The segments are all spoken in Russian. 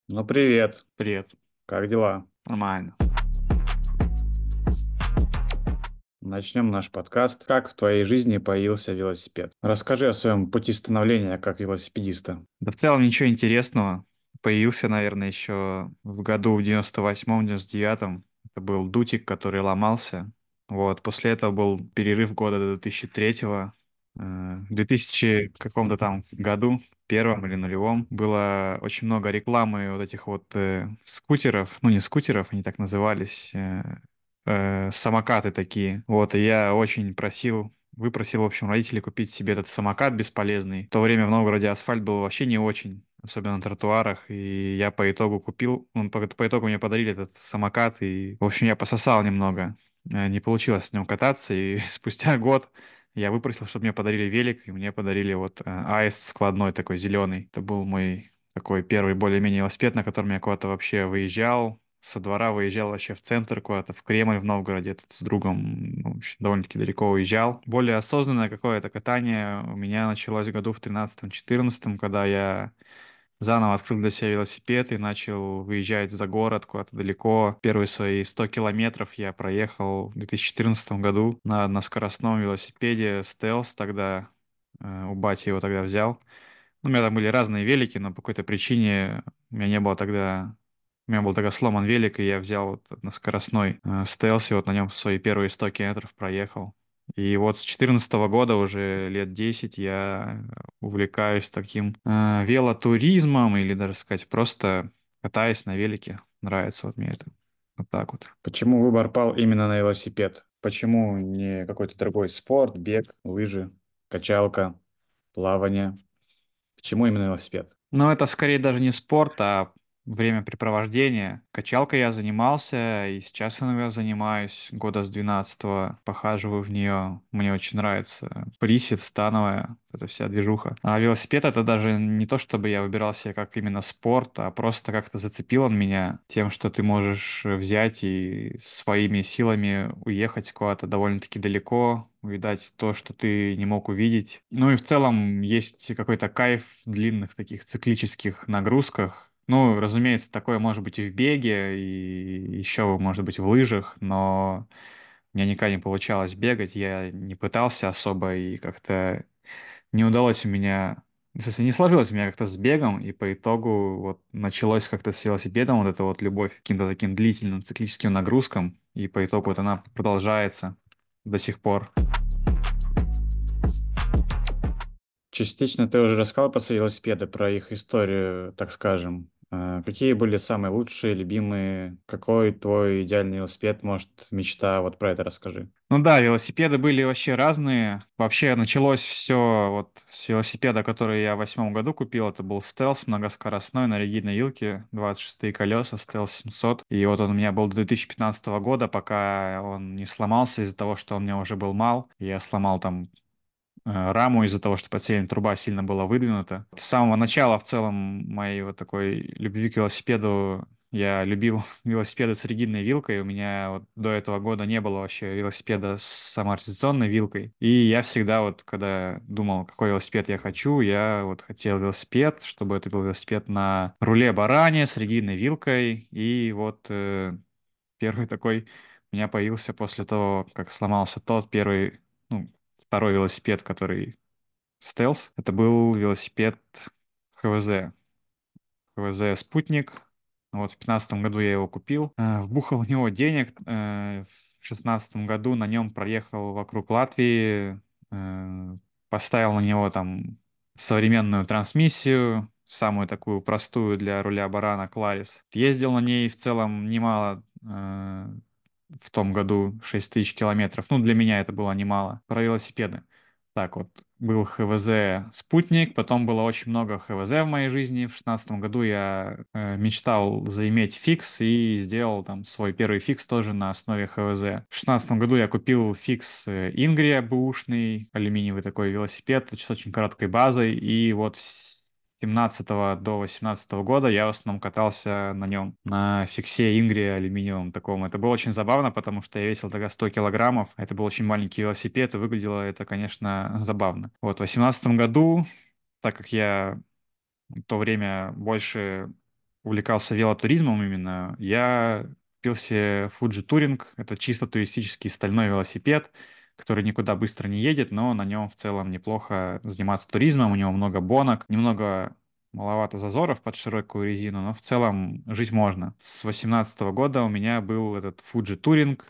Ну, привет. Привет. Как дела? Нормально. Начнем наш подкаст. Как в твоей жизни появился велосипед? Расскажи о своем пути становления как велосипедиста. Да в целом ничего интересного. Появился, наверное, еще в году в 98-м, 99-м. Это был дутик, который ломался. Вот. После этого был перерыв года до 2003-го. В 2000 каком-то там году, первом или нулевом, было очень много рекламы вот этих вот скутеров. Ну, не скутеров, они так назывались. Самокаты такие. Вот, и я очень выпросил, в общем, родителей купить себе этот самокат бесполезный. В то время в Новгороде асфальт был вообще не очень, особенно на тротуарах, и я по итогу купил, по итогу мне подарили этот самокат, и, в общем, я пососал немного. Не получилось на нем кататься, и спустя год я выпросил, чтобы мне подарили велик, и мне подарили вот аист складной такой зеленый. Это был мой такой первый более-менее велосипед, на котором я куда-то вообще выезжал. Со двора выезжал вообще в центр куда-то, в Кремль в Новгороде, тут с другом, ну, в общем, довольно-таки далеко уезжал. Более осознанное какое-то катание у меня началось в году в 13-14, когда я заново открыл для себя велосипед и начал выезжать за город куда-то далеко. Первые свои 100 километров я проехал в 2014 году на скоростном велосипеде Стелс тогда. У бати его тогда взял. Ну, у меня там были разные велики, но по какой-то причине у меня не было тогда... У меня был тогда сломан велик, и я взял вот на скоростной стелс, и вот на нем свои первые 100 километров проехал. И вот с 2014 года, уже лет 10, я увлекаюсь таким велотуризмом, или даже сказать, просто катаюсь на велике. Нравится вот мне это. Вот так вот. Почему выбор пал именно на велосипед? Почему не какой-то другой спорт, бег, лыжи, качалка, плавание? Почему именно велосипед? Но это скорее даже не спорт, а времяпрепровождение. Качалкой я занимался, и сейчас иногда занимаюсь. Года с 12-го похаживаю в нее. Мне очень нравится. Присед, становая, эта вся движуха. А велосипед — это даже не то, чтобы я выбирал себе как именно спорт, а просто как-то зацепил он меня тем, что ты можешь взять и своими силами уехать куда-то довольно-таки далеко, увидать то, что ты не мог увидеть. Ну и в целом есть какой-то кайф в длинных таких циклических нагрузках. Ну, разумеется, такое может быть и в беге, и еще может быть в лыжах, но у меня никогда не получалось бегать, я не пытался особо, и как-то не удалось у меня... В смысле, не сложилось у меня как-то с бегом, и по итогу вот началось как-то с велосипедом вот эта вот любовь к каким-то таким длительным циклическим нагрузкам, и по итогу вот она продолжается до сих пор. Частично ты уже рассказал про свои велосипеды, про их историю, так скажем. Какие были самые лучшие, любимые? Какой твой идеальный велосипед, может, мечта? Вот про это расскажи. Ну да, велосипеды были вообще разные. Вообще началось все вот с велосипеда, который я в 8-м году купил. Это был Стелс многоскоростной на ригидной вилке, 26 колеса, Стелс 700. И вот он у меня был до 2015 года, пока он не сломался из-за того, что он мне уже был мал. Я сломал там раму из-за того, что подсечная труба сильно была выдвинута. С самого начала, в целом, моей вот такой любви к велосипеду, я любил велосипеды с ригидной вилкой. У меня вот до этого года не было вообще велосипеда с самоамортизационной вилкой. И я всегда вот, когда думал, какой велосипед я хочу, я вот хотел велосипед, чтобы это был велосипед на руле баране с ригидной вилкой. И вот первый такой у меня появился после того, как сломался тот первый, ну, второй велосипед, который стелс. Это был велосипед ХВЗ. ХВЗ «Спутник». Вот в 15 году я его купил. Вбухал в него денег. В 16 году на нем проехал вокруг Латвии. Поставил на него там современную трансмиссию, самую такую простую для руля барана Кларис. Ездил на ней в целом немало, в том году 6 000 километров. Ну, для меня это было немало. Про велосипеды. Так вот, был ХВЗ «Спутник», потом было очень много ХВЗ в моей жизни. В 16 году я мечтал заиметь фикс и сделал там свой первый фикс тоже на основе ХВЗ. В 16 году я купил фикс Ингрия бэушный, алюминиевый такой велосипед с очень короткой базой, и вот с 17 до 18 года я в основном катался на нем, на фиксе Ингрия алюминиевом таком. Это было очень забавно, потому что я весил тогда 100 килограммов. Это был очень маленький велосипед, и выглядело это, конечно, забавно. Вот в 18 году, так как я в то время больше увлекался велотуризмом именно, я купил себе Fuji Touring. Это чисто туристический стальной велосипед, который никуда быстро не едет, но на нем в целом неплохо заниматься туризмом. У него много бонок, немного маловато зазоров под широкую резину, но в целом жить можно. С 2018 года у меня был этот Fuji Touring,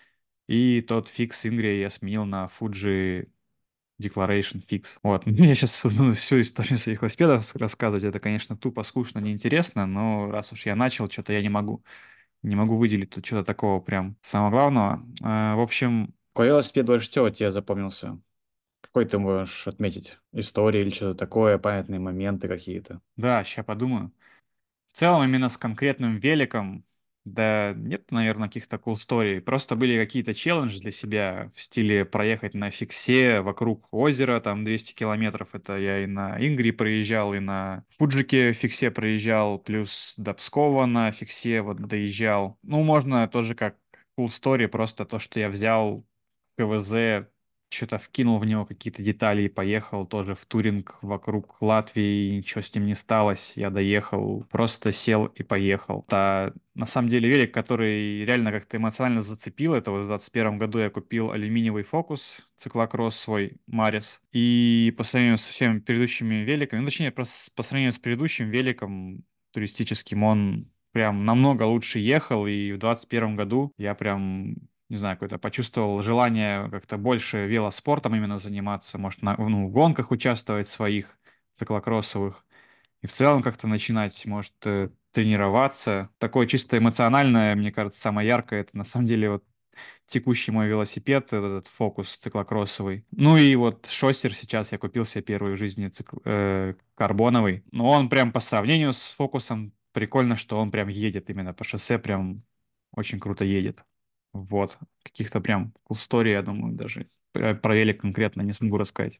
и тот фикс Ингрия я сменил на Fuji Declaration Fix. Вот. Я сейчас всю историю своих велосипедов рассказывать. Это, конечно, тупо, скучно, неинтересно, но раз уж я начал, что-то я не могу. Не могу выделить тут что-то такого прям самого главного. В общем, Какой велосипед больше всего тебе запомнился? Какой ты можешь отметить? Истории или что-то такое, памятные моменты какие-то? да, сейчас подумаю. В целом, именно с конкретным великом, да нет, наверное, каких-то cool story. Просто были какие-то челленджи для себя в стиле проехать на фиксе вокруг озера, там 200 километров. Это я и на Ингри проезжал, и на Фуджике фиксе проезжал, плюс до Пскова на фиксе вот доезжал. Ну, можно тоже как cool story, просто то, что я взял КВЗ, что-то вкинул в него какие-то детали и поехал тоже в туринг вокруг Латвии, и ничего с ним не сталось. Я доехал, просто сел и поехал. На самом деле велик, который реально как-то эмоционально зацепил, это вот в 2021 году я купил алюминиевый фокус, циклокросс свой, Марис. И по сравнению со всеми предыдущими великами, ну, точнее, по сравнению с предыдущим великом туристическим, он прям намного лучше ехал, и в 2021 году я прям не знаю, какое-то почувствовал желание как-то больше велоспортом именно заниматься, может, ну, в гонках участвовать своих циклокроссовых. И в целом как-то начинать, может, тренироваться. Такое чисто эмоциональное, мне кажется, самое яркое, это на самом деле вот текущий мой велосипед, этот фокус циклокроссовый. Ну и вот шоссер сейчас я купил себе первый в жизни карбоновый. Но он прям по сравнению с фокусом прикольно, что он прям едет именно по шоссе, прям очень круто едет. Вот. Каких-то прям cool story, я думаю, даже про велик конкретно не смогу рассказать.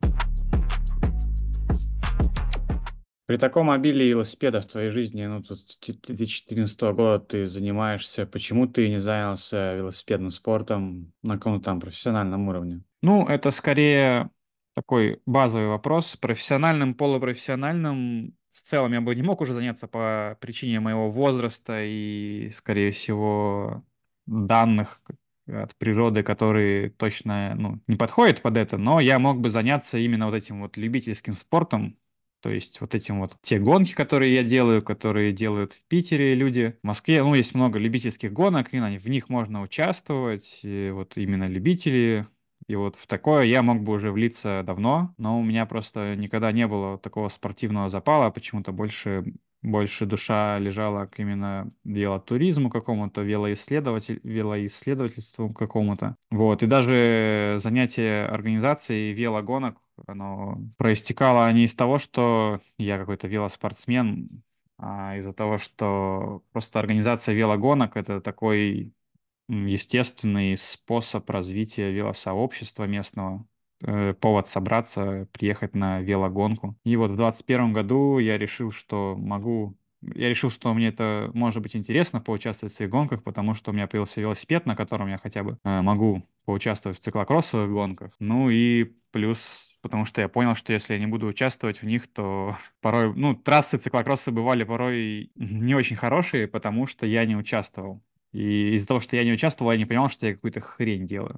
При таком обилии велосипедов в твоей жизни, ну, тут с 2014 года ты занимаешься, почему ты не занялся велосипедным спортом на каком-то там профессиональном уровне? Ну, это скорее такой базовый вопрос. Профессиональным, полупрофессиональным в целом я бы не мог уже заняться по причине моего возраста и, скорее всего, данных от природы, которые точно, ну, не подходят под это, но я мог бы заняться именно вот этим вот любительским спортом, то есть вот этим вот те гонки, которые я делаю, которые делают в Питере люди. В Москве, ну, есть много любительских гонок, и в них можно участвовать. И вот именно любители. И вот в такое я мог бы уже влиться давно, но у меня просто никогда не было такого спортивного запала, почему-то больше душа лежала к именно велотуризму какому-то, велоисследовательству какому-то. Вот, и даже занятие организацией велогонок, оно проистекало не из того, что я какой-то велоспортсмен, а из-за того, что просто организация велогонок — это такой естественный способ развития велосообщества местного, повод собраться, приехать на велогонку. И вот в 2021 году я решил, что мне это может быть интересно поучаствовать в своих гонках, потому что у меня появился велосипед, на котором я хотя бы могу поучаствовать в циклокроссовых гонках. Ну и плюс, потому что я понял, что если я не буду участвовать в них, то порой, ну, трассы циклокросса бывали порой не очень хорошие, потому что я не участвовал. И из-за того, что я не участвовал, я не понимал, что я какую-то хрень делаю.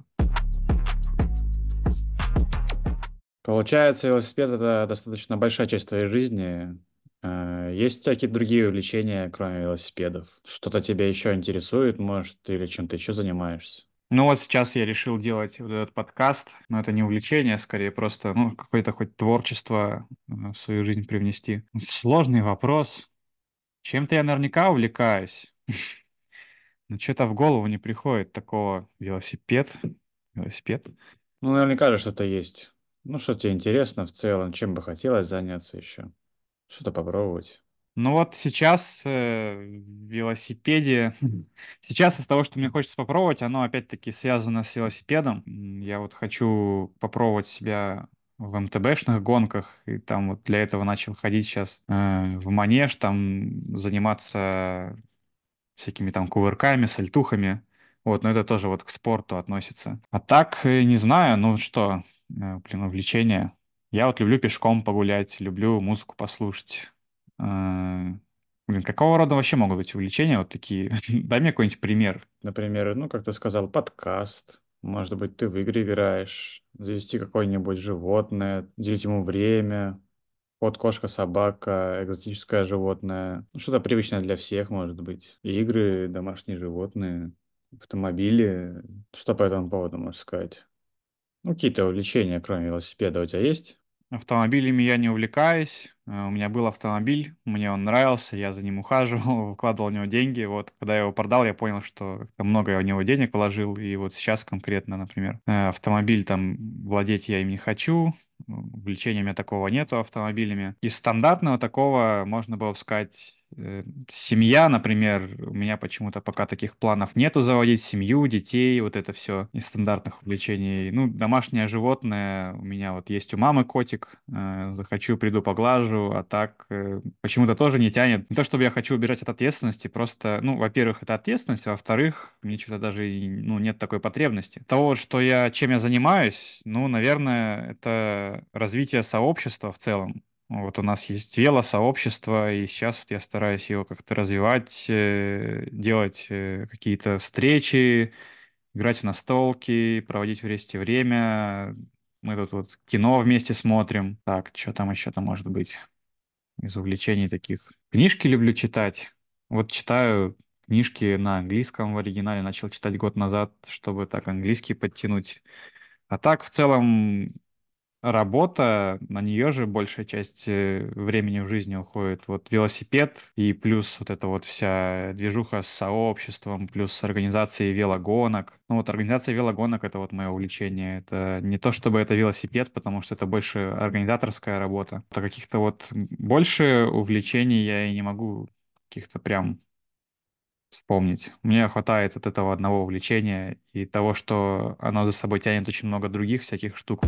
Получается, велосипед — это достаточно большая часть твоей жизни. Есть всякие другие увлечения, кроме велосипедов? Что-то тебя еще интересует, может, или чем-то еще занимаешься? Ну вот сейчас я решил делать вот этот подкаст, но это не увлечение, а скорее просто, ну, какое-то хоть творчество в свою жизнь привнести. Сложный вопрос. Чем-то я наверняка увлекаюсь, но что-то в голову не приходит такого. Велосипед. Ну, наверняка же что-то есть. Ну, что тебе интересно в целом, чем бы хотелось заняться еще? Что-то попробовать. Ну вот сейчас в велосипеде, сейчас из того, что мне хочется попробовать, оно опять-таки связано с велосипедом. Я вот хочу попробовать себя в МТБшных гонках, и там вот для этого начал ходить сейчас в манеж, там заниматься всякими там кувырками, сальтухами. Вот, но это тоже вот к спорту относится. А так, не знаю, ну что, блин, увлечение. Я вот люблю пешком погулять, люблю музыку послушать. Э, Блин, какого рода вообще могут быть увлечения вот такие? Дай мне какой-нибудь пример. Например, ну, как ты сказал, подкаст. Может быть, ты в игры играешь, завести какое-нибудь животное, уделить ему время. Кот, кошка, собака, экзотическое животное. Ну, что-то привычное для всех, может быть. Игры, домашние животные, автомобили. Что по этому поводу можешь сказать? Ну, какие-то увлечения, кроме велосипеда, у тебя есть? Автомобилями я не увлекаюсь. У меня был автомобиль, мне он нравился, я за ним ухаживал, вкладывал в него деньги. Вот, когда я его продал, я понял, что как-то много я в него денег вложил. И вот сейчас конкретно, например, автомобиль там владеть я им не хочу. Увлечения у меня такого нету автомобилями. Из стандартного такого можно было бы сказать семья, например. У меня почему-то пока таких планов нету заводить семью, детей, вот это все из стандартных увлечений. Ну, домашнее животное у меня вот есть у мамы котик. Захочу, приду поглажу, а так почему-то тоже не тянет. Не то чтобы я хочу убежать от ответственности, просто, ну, во-первых, это ответственность, а во-вторых, мне что-то даже ну, нет такой потребности. Того, вот, что чем я занимаюсь, ну, наверное, это развитие сообщества в целом. Вот у нас есть велосообщество, и сейчас вот я стараюсь его как-то развивать, делать какие-то встречи, играть в настолки, проводить вместе время. Мы тут вот кино вместе смотрим. Так, что там еще-то может быть из увлечений таких? Книжки люблю читать. Вот читаю книжки на английском в оригинале. Начал читать год назад, чтобы так английский подтянуть. А так, в целом, работа, на нее же большая часть времени в жизни уходит. Вот велосипед и плюс вот эта вот вся движуха с сообществом, плюс с организацией велогонок. Ну вот организация велогонок — это вот мое увлечение. Это не то чтобы это велосипед, потому что это больше организаторская работа. А каких-то вот больше увлечений я и не могу каких-то прям вспомнить. Мне хватает от этого одного увлечения и того, что оно за собой тянет очень много других всяких штук.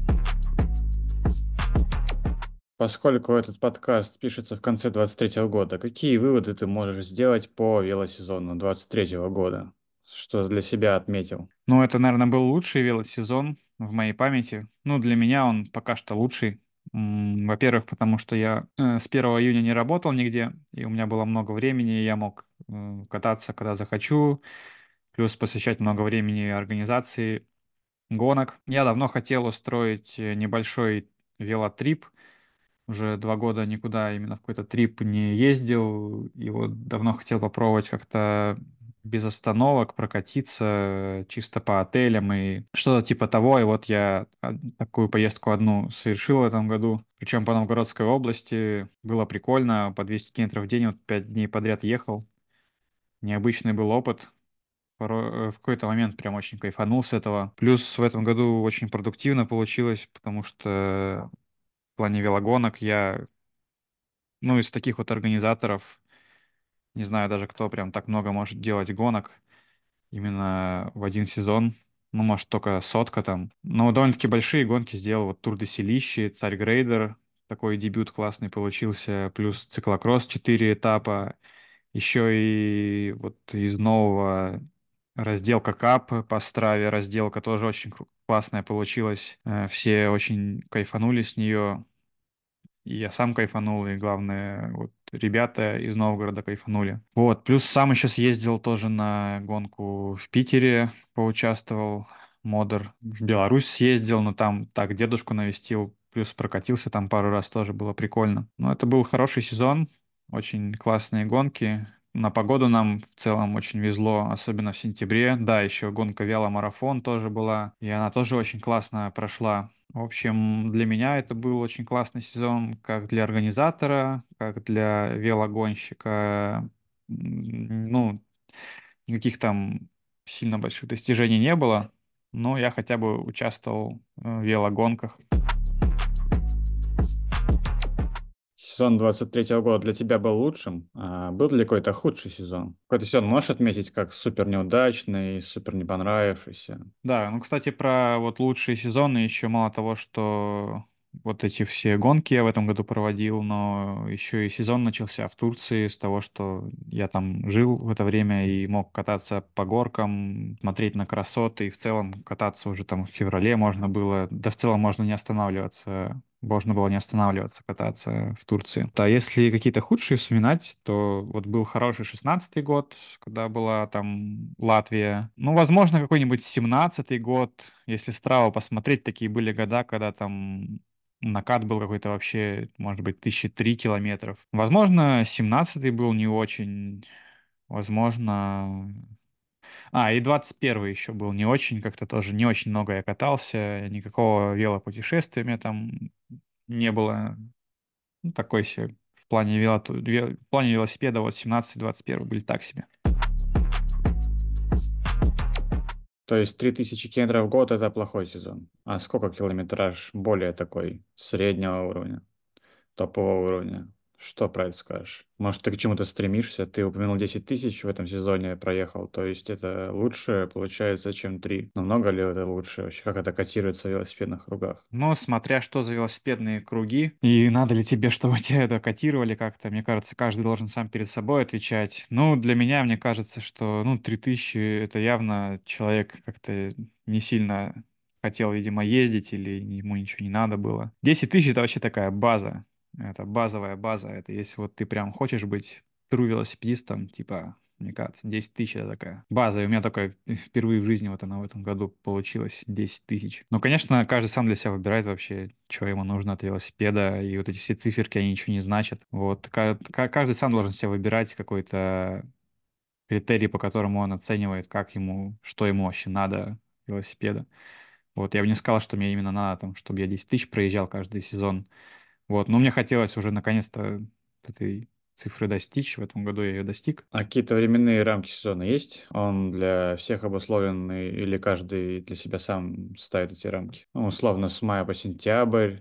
Поскольку этот подкаст пишется в конце 23-го года, какие выводы ты можешь сделать по велосезону 23-го года? Что для себя отметил? Ну, это, наверное, был лучший велосезон в моей памяти. Ну, для меня он пока что лучший. Во-первых, потому что я с 1 июня не работал нигде, и у меня было много времени, и я мог кататься, когда захочу, плюс посвящать много времени организации гонок. Я давно хотел устроить небольшой велотрип, уже 2 года никуда именно в какой-то трип не ездил. И вот давно хотел попробовать как-то без остановок прокатиться чисто по отелям и что-то типа того. И вот я такую поездку одну совершил в этом году. Причем по Новгородской области. Было прикольно. По 200 километров в день, вот 5 дней подряд ехал. Необычный был опыт. В какой-то момент прям очень кайфанул с этого. Плюс в этом году очень продуктивно получилось, потому что в плане велогонок я, ну, из таких вот организаторов, не знаю даже, кто прям так много может делать гонок именно в один сезон. Ну, может, только сотка там. Но довольно-таки большие гонки сделал. Вот Тур де Селищи, Царь Грейдер. Такой дебют классный получился. Плюс циклокросс 4 этапа. Еще и вот из нового разделка Кап по Страве. Разделка тоже очень классная получилась. Все очень кайфанули с нее. И я сам кайфанул, и главное, вот ребята из Новгорода кайфанули. Вот, плюс сам еще съездил тоже на гонку в Питере, поучаствовал, модер. В Беларусь съездил, но там так дедушку навестил, плюс прокатился там пару раз, тоже было прикольно. Но это был хороший сезон, очень классные гонки. На погоду нам в целом очень везло, особенно в сентябре. Да, еще гонка веломарафон тоже была, и она тоже очень классно прошла. В общем, для меня это был очень классный сезон, как для организатора, как для велогонщика. Ну, никаких там сильно больших достижений не было, но я хотя бы участвовал в велогонках. Сезон 23-го года для тебя был лучшим? А был ли какой-то худший сезон? Какой-то сезон можешь отметить как супер неудачный, супер не понравившийся? Да, ну, кстати, про вот лучшие сезоны еще мало того, что вот эти все гонки я в этом году проводил, но еще и сезон начался в Турции с того, что я там жил в это время и мог кататься по горкам, смотреть на красоты, и в целом кататься уже там в феврале можно было, да в целом можно не останавливаться можно было не останавливаться, кататься в Турции. А если какие-то худшие вспоминать, то вот был хороший 16-й год, когда была там Латвия. Ну, возможно, какой-нибудь 17-й год, если справа посмотреть, такие были года, когда там накат был какой-то вообще, может быть, 1003 километров. Возможно, 17-й был не очень. Возможно, и 21 еще был не очень, как-то тоже не очень много я катался, никакого велопутешествия у меня там не было. Ну, такой себе в плане в плане велосипеда вот 17-21 были так себе. То есть 3000 километров в год — это плохой сезон. А сколько километраж более такой среднего уровня, топового уровня? Что про это скажешь? Может, ты к чему-то стремишься? Ты упомянул 10 тысяч в этом сезоне проехал. То есть это лучше получается, чем 3. Но много ли это лучше вообще? Как это котируется в велосипедных кругах? Но смотря что за велосипедные круги, и надо ли тебе, чтобы тебя это котировали как-то, мне кажется, каждый должен сам перед собой отвечать. Ну, для меня, мне кажется, что, 3000 это явно человек как-то не сильно хотел, видимо, ездить, или ему ничего не надо было. 10 тысяч — это вообще такая база, это базовая база, это если вот ты прям хочешь быть true велосипедистом, типа, мне кажется, 10 тысяч — это такая база. И у меня такая впервые в жизни вот она в этом году получилась 10 тысяч. Но, конечно, каждый сам для себя выбирает вообще, что ему нужно от велосипеда. И вот эти все циферки, они ничего не значат. Вот. Каждый сам должен себе выбирать какой-то критерий, по которому он оценивает, как ему, что ему вообще надо велосипеда. Вот, я бы не сказал, что мне именно надо, там, чтобы я 10 тысяч проезжал каждый сезон. Вот, но мне хотелось уже наконец-то этой цифры достичь. В этом году я ее достиг. А какие-то временные рамки сезона есть? Он для всех обусловлен или каждый для себя сам ставит эти рамки? Ну, условно, с мая по сентябрь,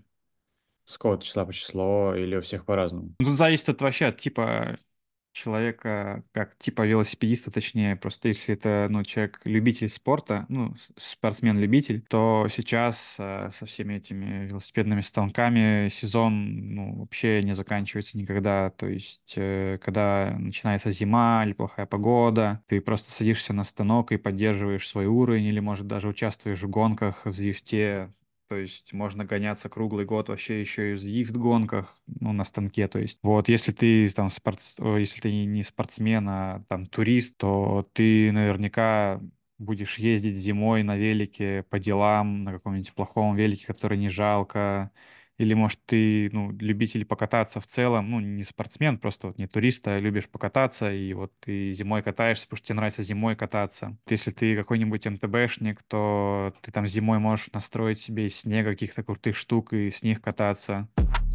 с какого-то числа по число, или у всех по-разному? Тут зависит вообще от типа человека, как типа велосипедиста, точнее, просто если это, человек любитель спорта, спортсмен-любитель, то сейчас со всеми этими велосипедными станками сезон, вообще не заканчивается никогда. То есть, когда начинается зима или плохая погода, ты просто садишься на станок и поддерживаешь свой уровень, или, может, даже участвуешь в гонках, в Зюсте. То есть можно гоняться круглый год вообще еще и в Zwift-гонках, на станке. То есть вот если ты там если ты не спортсмен, а там турист, то ты наверняка будешь ездить зимой на велике по делам, на каком-нибудь плохом велике, который не жалко. Или, может, ты, любитель покататься в целом, не спортсмен, просто вот не турист, а любишь покататься, и вот ты зимой катаешься, потому что тебе нравится зимой кататься. Если ты какой-нибудь МТБшник, то ты там зимой можешь настроить себе из снега каких-то крутых штук и с них кататься.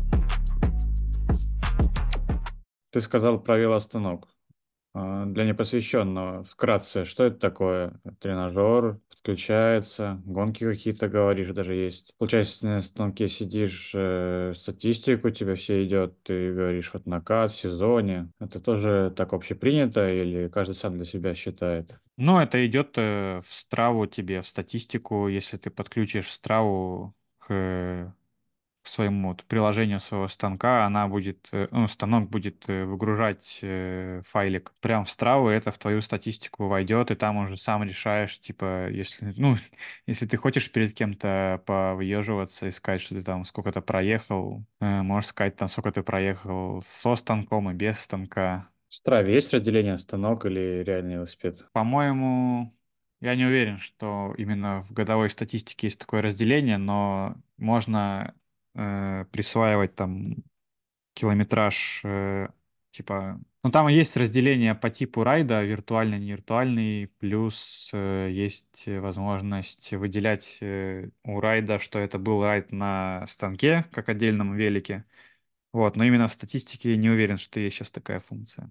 Ты сказал про велостанок. Для непосвященного, вкратце, что это такое? Тренажер подключается, гонки какие-то, говоришь, даже есть. Получается, на станке сидишь, статистику у тебя все идет, ты говоришь, вот накат, сезоне. Это тоже так общепринято или каждый сам для себя считает? Но это идет в страву тебе, в статистику, если ты подключишь страву к своему вот приложению своего станка, станок будет выгружать файлик прям в Strava, это в твою статистику войдет, и там уже сам решаешь, типа, если, если ты хочешь перед кем-то повыеживаться и сказать, что ты там сколько-то проехал, можешь сказать там, сколько ты проехал со станком и без станка. В Страве есть разделение станок или реальный велосипед? По-моему, я не уверен, что именно в годовой статистике есть такое разделение, но можно присваивать там километраж, типа... Ну, там есть разделение по типу райда, виртуальный, невиртуальный, плюс есть возможность выделять у райда, что это был райд на станке, как отдельном велике. Вот, но именно в статистике не уверен, что есть сейчас такая функция.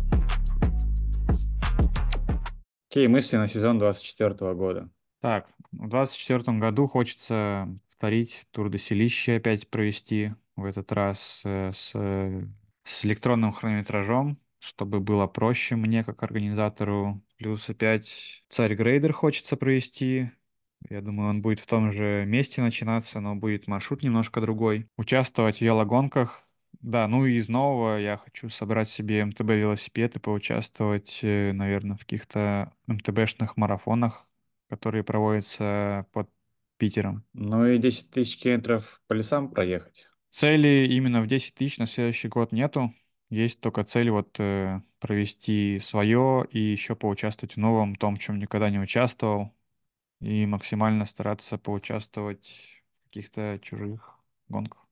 Какие мысли на сезон 24 года? Так, в 24 году хочется повторить Тур де Селище, опять провести в этот раз с электронным хронометражом, чтобы было проще мне как организатору. Плюс опять Царь Грейдер хочется провести. Я думаю, он будет в том же месте начинаться, но будет маршрут немножко другой. Участвовать в велогонках. Да, ну и из нового я хочу собрать себе МТБ велосипед и поучаствовать, наверное, в каких-то МТБшных марафонах, которые проводятся под Питером. Ну и 10 тысяч километров по лесам проехать. Цели именно в 10 тысяч на следующий год нету. Есть только цель вот провести свое и еще поучаствовать в новом, том, в чем никогда не участвовал, и максимально стараться поучаствовать в каких-то чужих гонках.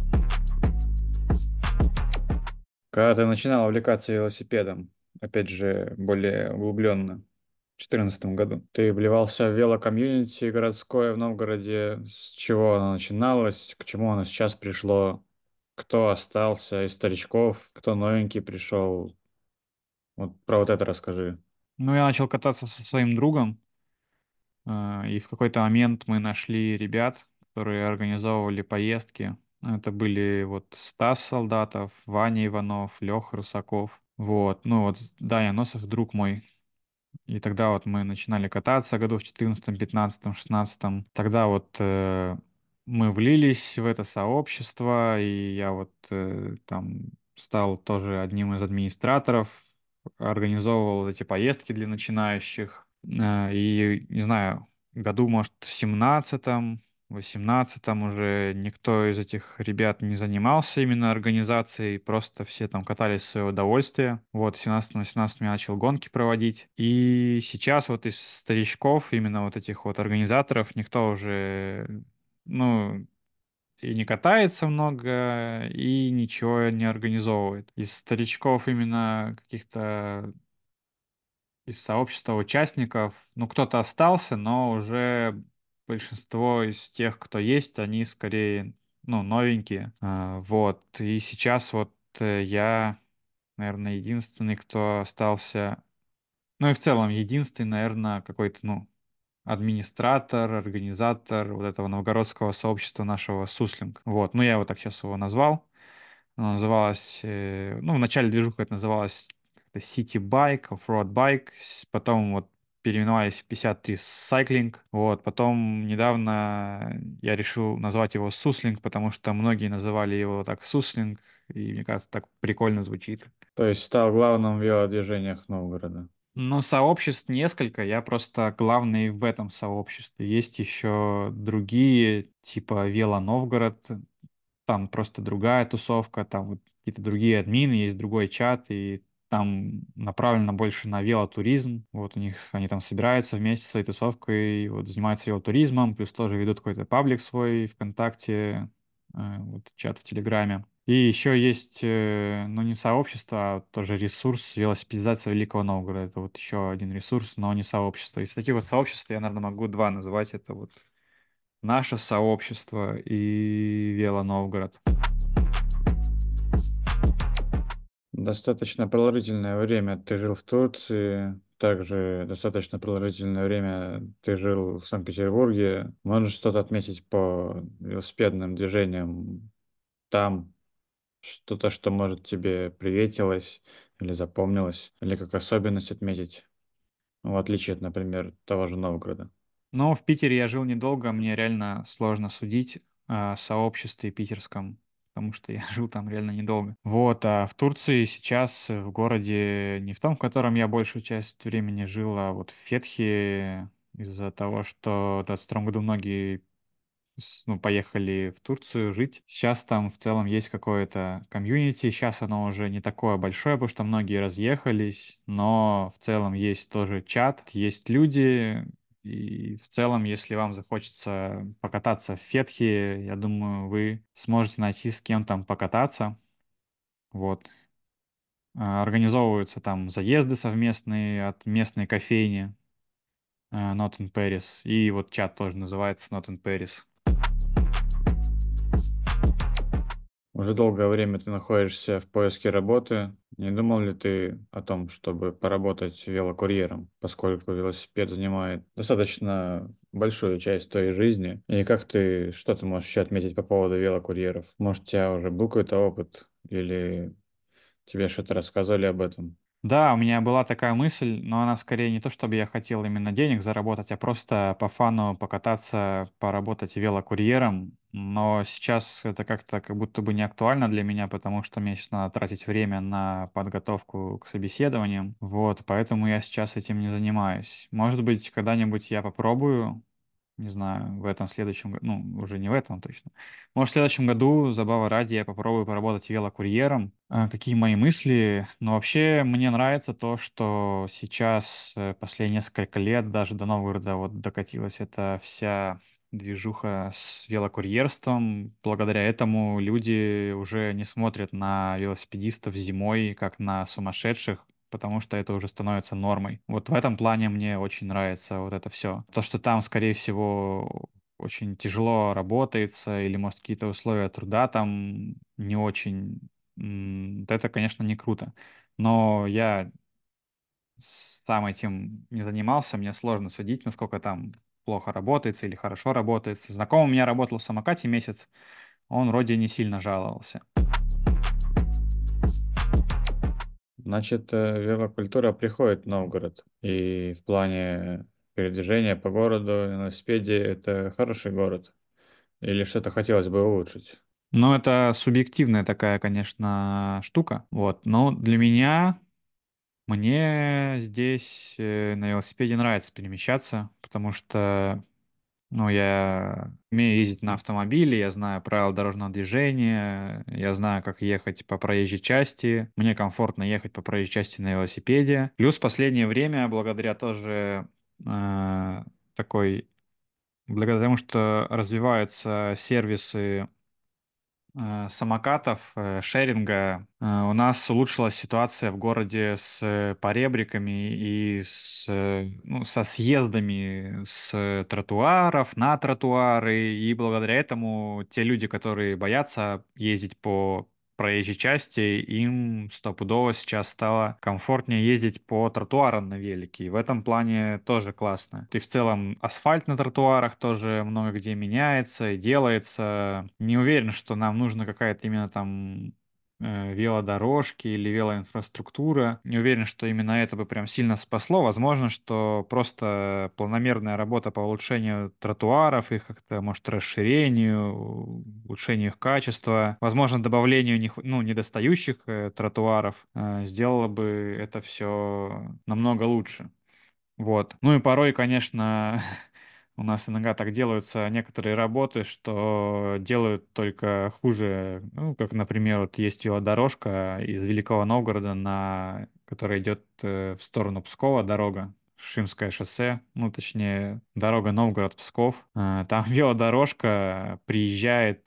Когда ты начинал увлекаться велосипедом, опять же, более углубленно, в 2014 году, ты вливался в велокомьюнити городское в Новгороде. С чего оно начиналось, к чему оно сейчас пришло, кто остался из старичков, кто новенький пришел. Вот про вот это расскажи. Ну, я начал кататься со своим другом, и в какой-то момент мы нашли ребят, которые организовывали поездки. Это были вот Стас Солдатов, Ваня Иванов, Леха Русаков. Вот, ну вот Даня Носов, друг мой. И тогда вот мы начинали кататься году в 14, 15, 16. Тогда вот мы влились в это сообщество, и я вот там стал тоже одним из администраторов, организовывал эти поездки для начинающих. И, не знаю, году, может, в 17, 18 уже никто из этих ребят не занимался именно организацией, просто все там катались в свое удовольствие. Вот, в 17-18 я начал гонки проводить. И сейчас вот из старичков, именно вот этих вот организаторов, никто уже, ну, и не катается много, и ничего не организовывает. Из старичков именно каких-то из сообщества участников, ну, кто-то остался, но уже большинство из тех, кто есть, они скорее, ну, новенькие. Вот. И сейчас вот я, наверное, единственный, кто остался, ну и в целом единственный, наверное, какой-то, ну, администратор, организатор вот этого новгородского сообщества нашего Суслинг. Вот, ну я вот так сейчас его назвал. Она называлась, ну, в начале движуха это называлось как-то City Bike, Off-Road Bike, потом вот переименовались в 53 Cycling, вот, потом недавно я решил назвать его Суслинг, потому что многие называли его так Суслинг, и мне кажется, так прикольно звучит. То есть стал главным в велодвижениях Новгорода. Ну, сообществ несколько, я просто главный в этом сообществе. Есть еще другие, типа Вело Новгород, там просто другая тусовка, там вот какие-то другие админы, есть другой чат, и там направлено больше на велотуризм. Вот у них, они там собираются вместе со своей тусовкой, вот занимаются велотуризмом, плюс тоже ведут какой-то паблик свой ВКонтакте, вот чат в Телеграме. И еще есть, ну, не сообщество, а тоже ресурс велосипедизация Великого Новгорода. Это вот еще один ресурс, но не сообщество. Из таких вот сообществ я, наверное, могу два называть. Это вот наше сообщество и Вело Новгород. Достаточно продолжительное время ты жил в Турции, также достаточно продолжительное время ты жил в Санкт-Петербурге. Можешь что-то отметить по велосипедным движениям там? Что-то, что, может, тебе приветилось или запомнилось, или как особенность отметить, в отличие от, например, того же Новгорода. Но в Питере я жил недолго, мне реально сложно судить о сообществе питерском, потому что я жил там реально недолго. Вот, а в Турции сейчас в городе, не в том, в котором я большую часть времени жил, а вот в Фетхе, из-за того, что в 22 году многие ну, поехали в Турцию жить. Сейчас там в целом есть какое-то комьюнити. Сейчас оно уже не такое большое, потому что многие разъехались, но в целом есть тоже чат, есть люди. И в целом, если вам захочется покататься в Фетхе, я думаю, вы сможете найти с кем там покататься. Вот. Организовываются там заезды совместные от местной кофейни Not in Paris. И вот чат тоже называется Not in Paris. Уже долгое время ты находишься в поиске работы. Не думал ли ты о том, чтобы поработать велокурьером, поскольку велосипед занимает достаточно большую часть твоей жизни? И как ты, что ты можешь еще отметить по поводу велокурьеров? Может, у тебя уже был какой-то опыт или тебе что-то рассказали об этом? Да, у меня была такая мысль, но она скорее не то, чтобы я хотел именно денег заработать, а просто по фану покататься, поработать велокурьером. Но сейчас это как-то как будто бы не актуально для меня, потому что мне сейчас надо тратить время на подготовку к собеседованиям. Вот, поэтому я сейчас этим не занимаюсь. Может быть, когда-нибудь я попробую, Не знаю, в этом следующем году, ну, уже не в этом точно. Может, в следующем году, забава ради, я попробую поработать велокурьером. Какие мои мысли? Но вообще мне нравится то, что сейчас, последние несколько лет, даже до Новгорода вот докатилась эта вся движуха с велокурьерством. Благодаря этому люди уже не смотрят на велосипедистов зимой, как на сумасшедших, потому что это уже становится нормой. Вот в этом плане мне очень нравится вот это все. То, что там, скорее всего, очень тяжело работается, или, может, какие-то условия труда там не очень, вот это, конечно, не круто. Но я сам этим не занимался, мне сложно судить, насколько там плохо работается или хорошо работается. Знакомый у меня работал в самокате месяц, он вроде не сильно жаловался. Значит, велокультура приходит в Новгород, и в плане передвижения по городу на велосипеде это хороший город. Или что-то хотелось бы улучшить? Ну, это субъективная такая, конечно, штука. Вот. Но для меня, мне здесь на велосипеде нравится перемещаться, потому что, ну, я умею ездить на автомобиле, я знаю правила дорожного движения, я знаю, как ехать по проезжей части. Мне комфортно ехать по проезжей части на велосипеде. Плюс в последнее время, благодаря тоже э, такой, благодаря тому, что развиваются сервисы самокатов, шеринга, у нас улучшилась ситуация в городе с поребриками и с, ну, со съездами с тротуаров на тротуары. И благодаря этому те люди, которые боятся ездить по проезжей части, им стопудово сейчас стало комфортнее ездить по тротуарам на велике. И в этом плане тоже классно. И в целом асфальт на тротуарах тоже много где меняется и делается. Не уверен, что нам нужна какая-то именно там велодорожки или велоинфраструктура. Не уверен, что именно это бы прям сильно спасло. Возможно, что просто планомерная работа по улучшению тротуаров, их как-то, может, расширению, улучшению их качества, возможно, добавлению ну, недостающих тротуаров сделало бы это все намного лучше. Вот. Ну и порой, конечно, у нас иногда так делаются некоторые работы, что делают только хуже. Ну, как, например, вот есть велодорожка из Великого Новгорода, которая идет в сторону Пскова, дорога. Шимское шоссе, ну, точнее, дорога Новгород-Псков. Там велодорожка приезжает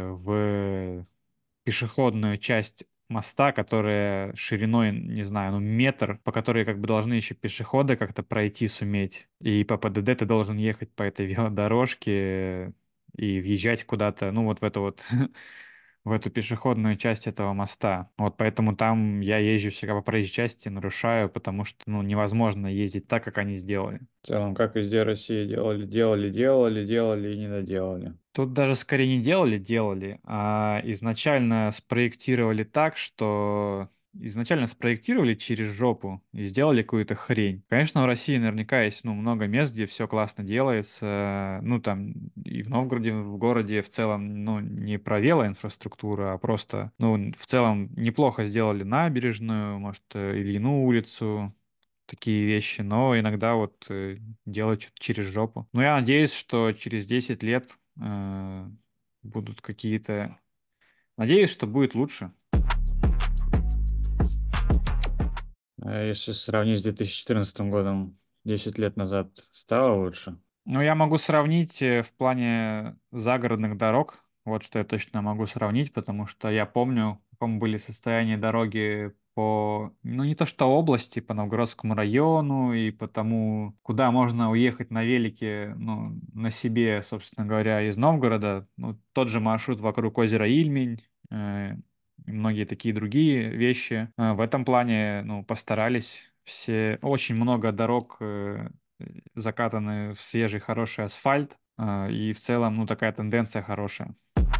в пешеходную часть моста, которая шириной, не знаю, ну, метр, по которой как бы должны еще пешеходы как-то пройти суметь. И по ПДД ты должен ехать по этой велодорожке и въезжать куда-то, ну, вот в эту вот в эту пешеходную часть этого моста. Вот поэтому там я езжу всегда по проезжей части, нарушаю, потому что, ну, невозможно ездить так, как они сделали. В целом, как везде России делали и не доделали. Тут даже скорее не делали, а изначально спроектировали так, что изначально спроектировали через жопу и сделали какую-то хрень. Конечно, в России наверняка есть, ну, много мест, где все классно делается. Ну, там и в Новгороде, в городе в целом, ну, не про велоинфраструктуру, а просто, ну, в целом неплохо сделали набережную, может, Ильину улицу, такие вещи, но иногда вот делать что-то через жопу. Но я надеюсь, что через 10 лет будут какие-то... Надеюсь, что будет лучше. А если сравнить с 2014 годом, 10 лет назад, стало лучше? Ну, я могу сравнить в плане загородных дорог. Вот что я точно могу сравнить, потому что я помню, в каком были состояние дороги по, ну, не то что области, по Новгородскому району и по тому, куда можно уехать на велике, ну, на себе, собственно говоря, из Новгорода. Ну, тот же маршрут вокруг озера Ильмень, и многие такие другие вещи. В этом плане, ну, постарались все, очень много дорог закатаны в свежий хороший асфальт, и в целом, ну, такая тенденция хорошая.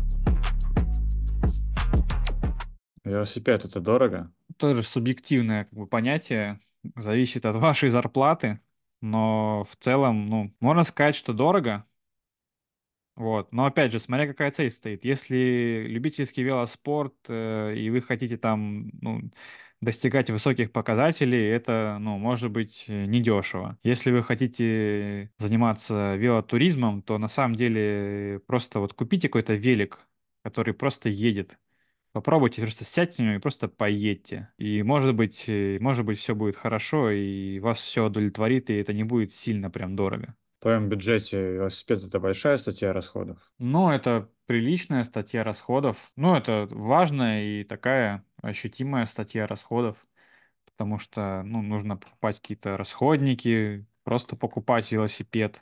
Велосипед это дорого? Тоже субъективное как бы понятие, зависит от вашей зарплаты, но в целом, ну, можно сказать, что дорого, вот. Но опять же, смотря какая цель стоит. Если любительский велоспорт, и вы хотите там, ну, достигать высоких показателей, это, ну, может быть недешево. Если вы хотите заниматься велотуризмом, то на самом деле просто вот купите какой-то велик, который просто едет. Попробуйте, просто сядьте на него и просто поедьте. И может быть, все будет хорошо, и вас все удовлетворит, и это не будет сильно прям дорого. В твоем бюджете велосипед — это большая статья расходов? Ну, это приличная статья расходов. Ну, это важная и такая ощутимая статья расходов, потому что, ну, нужно покупать какие-то расходники, просто покупать велосипед.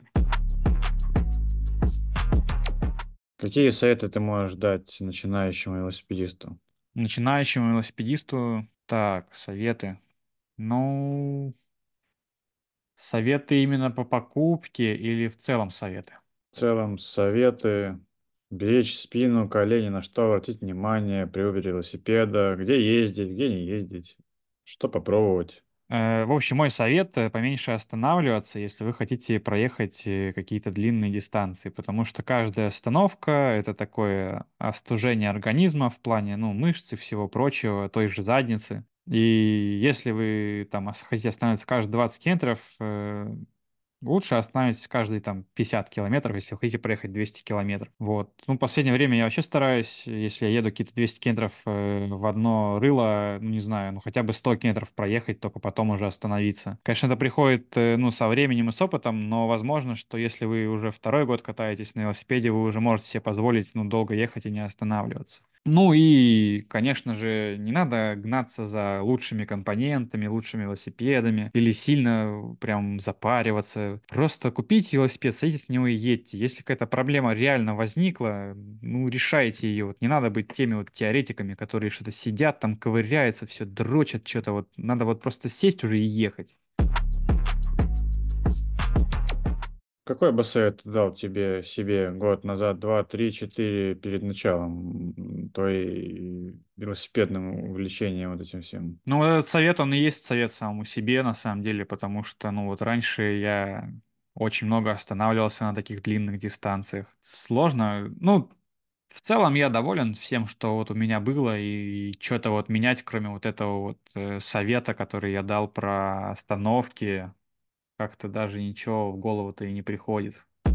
Какие советы ты можешь дать начинающему велосипедисту? Начинающему велосипедисту, так, советы. Ну, советы именно по покупке или в целом советы? В целом, советы: беречь спину, колени, на что обратить внимание при выборе велосипеда, где ездить, где не ездить, что попробовать. В общем, мой совет поменьше останавливаться, если вы хотите проехать какие-то длинные дистанции, потому что каждая остановка это такое остужение организма в плане, ну, мышц и всего прочего, той же задницы. И если вы там хотите останавливаться каждые 20 километров, лучше остановитесь каждые там 50 километров, если вы хотите проехать 200 километров. Вот. Ну, в последнее время я вообще стараюсь, если я еду какие-то 200 километров в одно рыло, ну, не знаю, ну, хотя бы 100 километров проехать, только потом уже остановиться. Конечно, это приходит, ну, со временем и с опытом, но возможно, что если вы уже второй год катаетесь на велосипеде, вы уже можете себе позволить, ну, долго ехать и не останавливаться. Ну и, конечно же, не надо гнаться за лучшими компонентами, лучшими велосипедами или сильно прям запариваться. Просто купите велосипед, садитесь на него и едьте. Если какая-то проблема реально возникла, ну, решайте ее. Вот не надо быть теми вот теоретиками, которые что-то сидят там, ковыряются, все дрочат что-то. Вот надо вот просто сесть уже и ехать. Какой бы совет ты дал тебе себе год назад, 2, 3, 4 перед началом твоей велосипедным увлечением вот этим всем? Ну, вот этот совет, он и есть совет самому себе, на самом деле, потому что, ну, вот раньше я очень много останавливался на таких длинных дистанциях. Сложно. Ну, в целом я доволен всем, что вот у меня было, и что-то вот менять, кроме вот этого вот совета, который я дал про остановки, как-то даже ничего в голову-то и не приходит.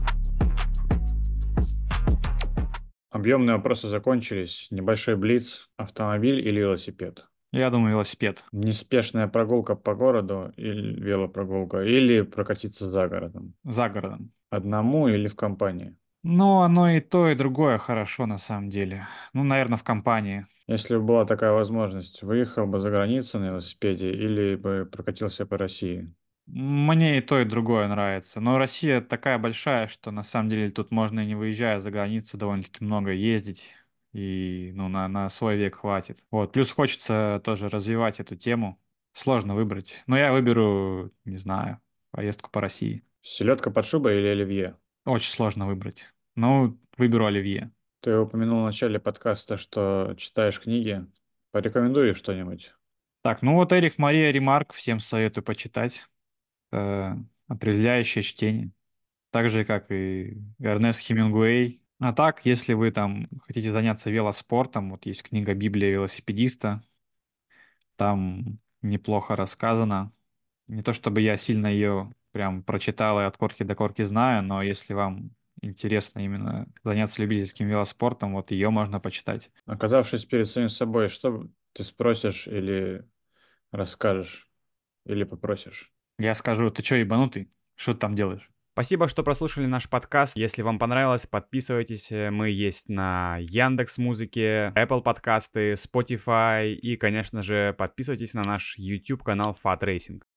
Объемные вопросы закончились. Небольшой блиц: автомобиль или велосипед? Я думаю, велосипед Неспешная прогулка по городу или велопрогулка, или прокатиться за городом? за городом. Одному или в компании? Ну, оно и то, и другое хорошо на самом деле. Ну, наверное, в компании. Если бы была такая возможность, выехал бы за границу на велосипеде или бы прокатился по России? Мне и то, и другое нравится. Но Россия такая большая, что на самом деле тут можно и не выезжая за границу довольно-таки много ездить. И ну, на свой век хватит. Вот. Плюс хочется тоже развивать эту тему. Сложно выбрать. Но я выберу, не знаю, поездку по России. Селедка под шубой или оливье? Очень сложно выбрать. Ну, выберу Оливье. Ты упомянул в начале подкаста, что читаешь книги. Порекомендуй что-нибудь. Так, ну вот Эрих Мария Ремарк всем советую почитать. Э, Определяющее чтение. Так же, как и Эрнест Хемингуэй. А так, если вы там хотите заняться велоспортом, вот есть книга «Библия велосипедиста», там неплохо рассказано. Не то чтобы я сильно ее прям прочитал и от корки до корки знаю, но если вам интересно именно заняться любительским велоспортом, вот ее можно почитать. Оказавшись перед самим собой, что ты спросишь или расскажешь, или попросишь? Я скажу, ты чё, ебанутый? Что ты там делаешь? Спасибо, что прослушали наш подкаст. Если вам понравилось, подписывайтесь. Мы есть на Яндекс Музыке, Apple подкасты, Spotify и, конечно же, подписывайтесь на наш YouTube канал Fat Racing.